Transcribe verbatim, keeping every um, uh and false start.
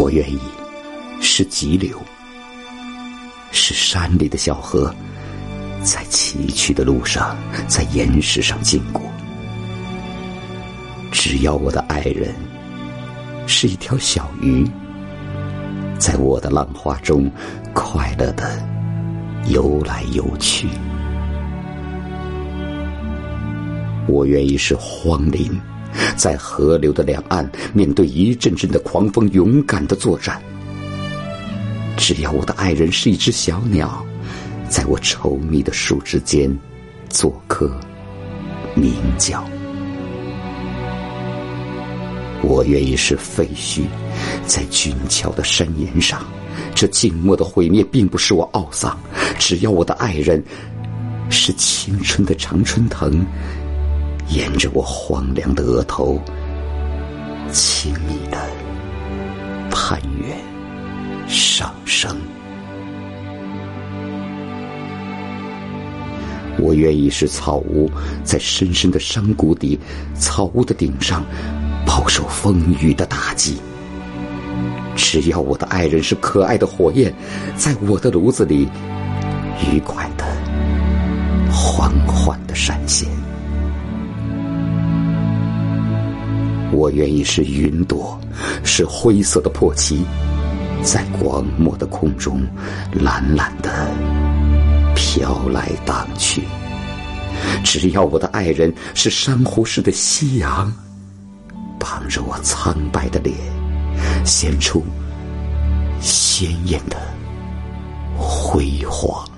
我愿意是急流，是山里的小河，在崎岖的路上，在岩石上经过。只要我的爱人是一条小鱼，在我的浪花中快乐地游来游去。我愿意是荒林，在河流的两岸，面对一阵阵的狂风，勇敢地作战。只要我的爱人是一只小鸟，在我稠密的树枝间做客鸣叫。我愿意是废墟，在峻峭的山岩上，这静默的毁灭并不使我懊丧。只要我的爱人是青春的常春藤，沿着我荒凉的额头轻易地攀援上升。我愿意是草屋，在深深的山谷底，草屋的顶上饱受风雨的打击。只要我的爱人是可爱的火焰，在我的炉子里愉快的缓缓的闪现。我愿意是云朵，是灰色的破旗，在广漠的空中懒懒的飘来荡去。只要我的爱人是珊瑚似的夕阳，傍着我苍白的脸，显出鲜艳的辉煌。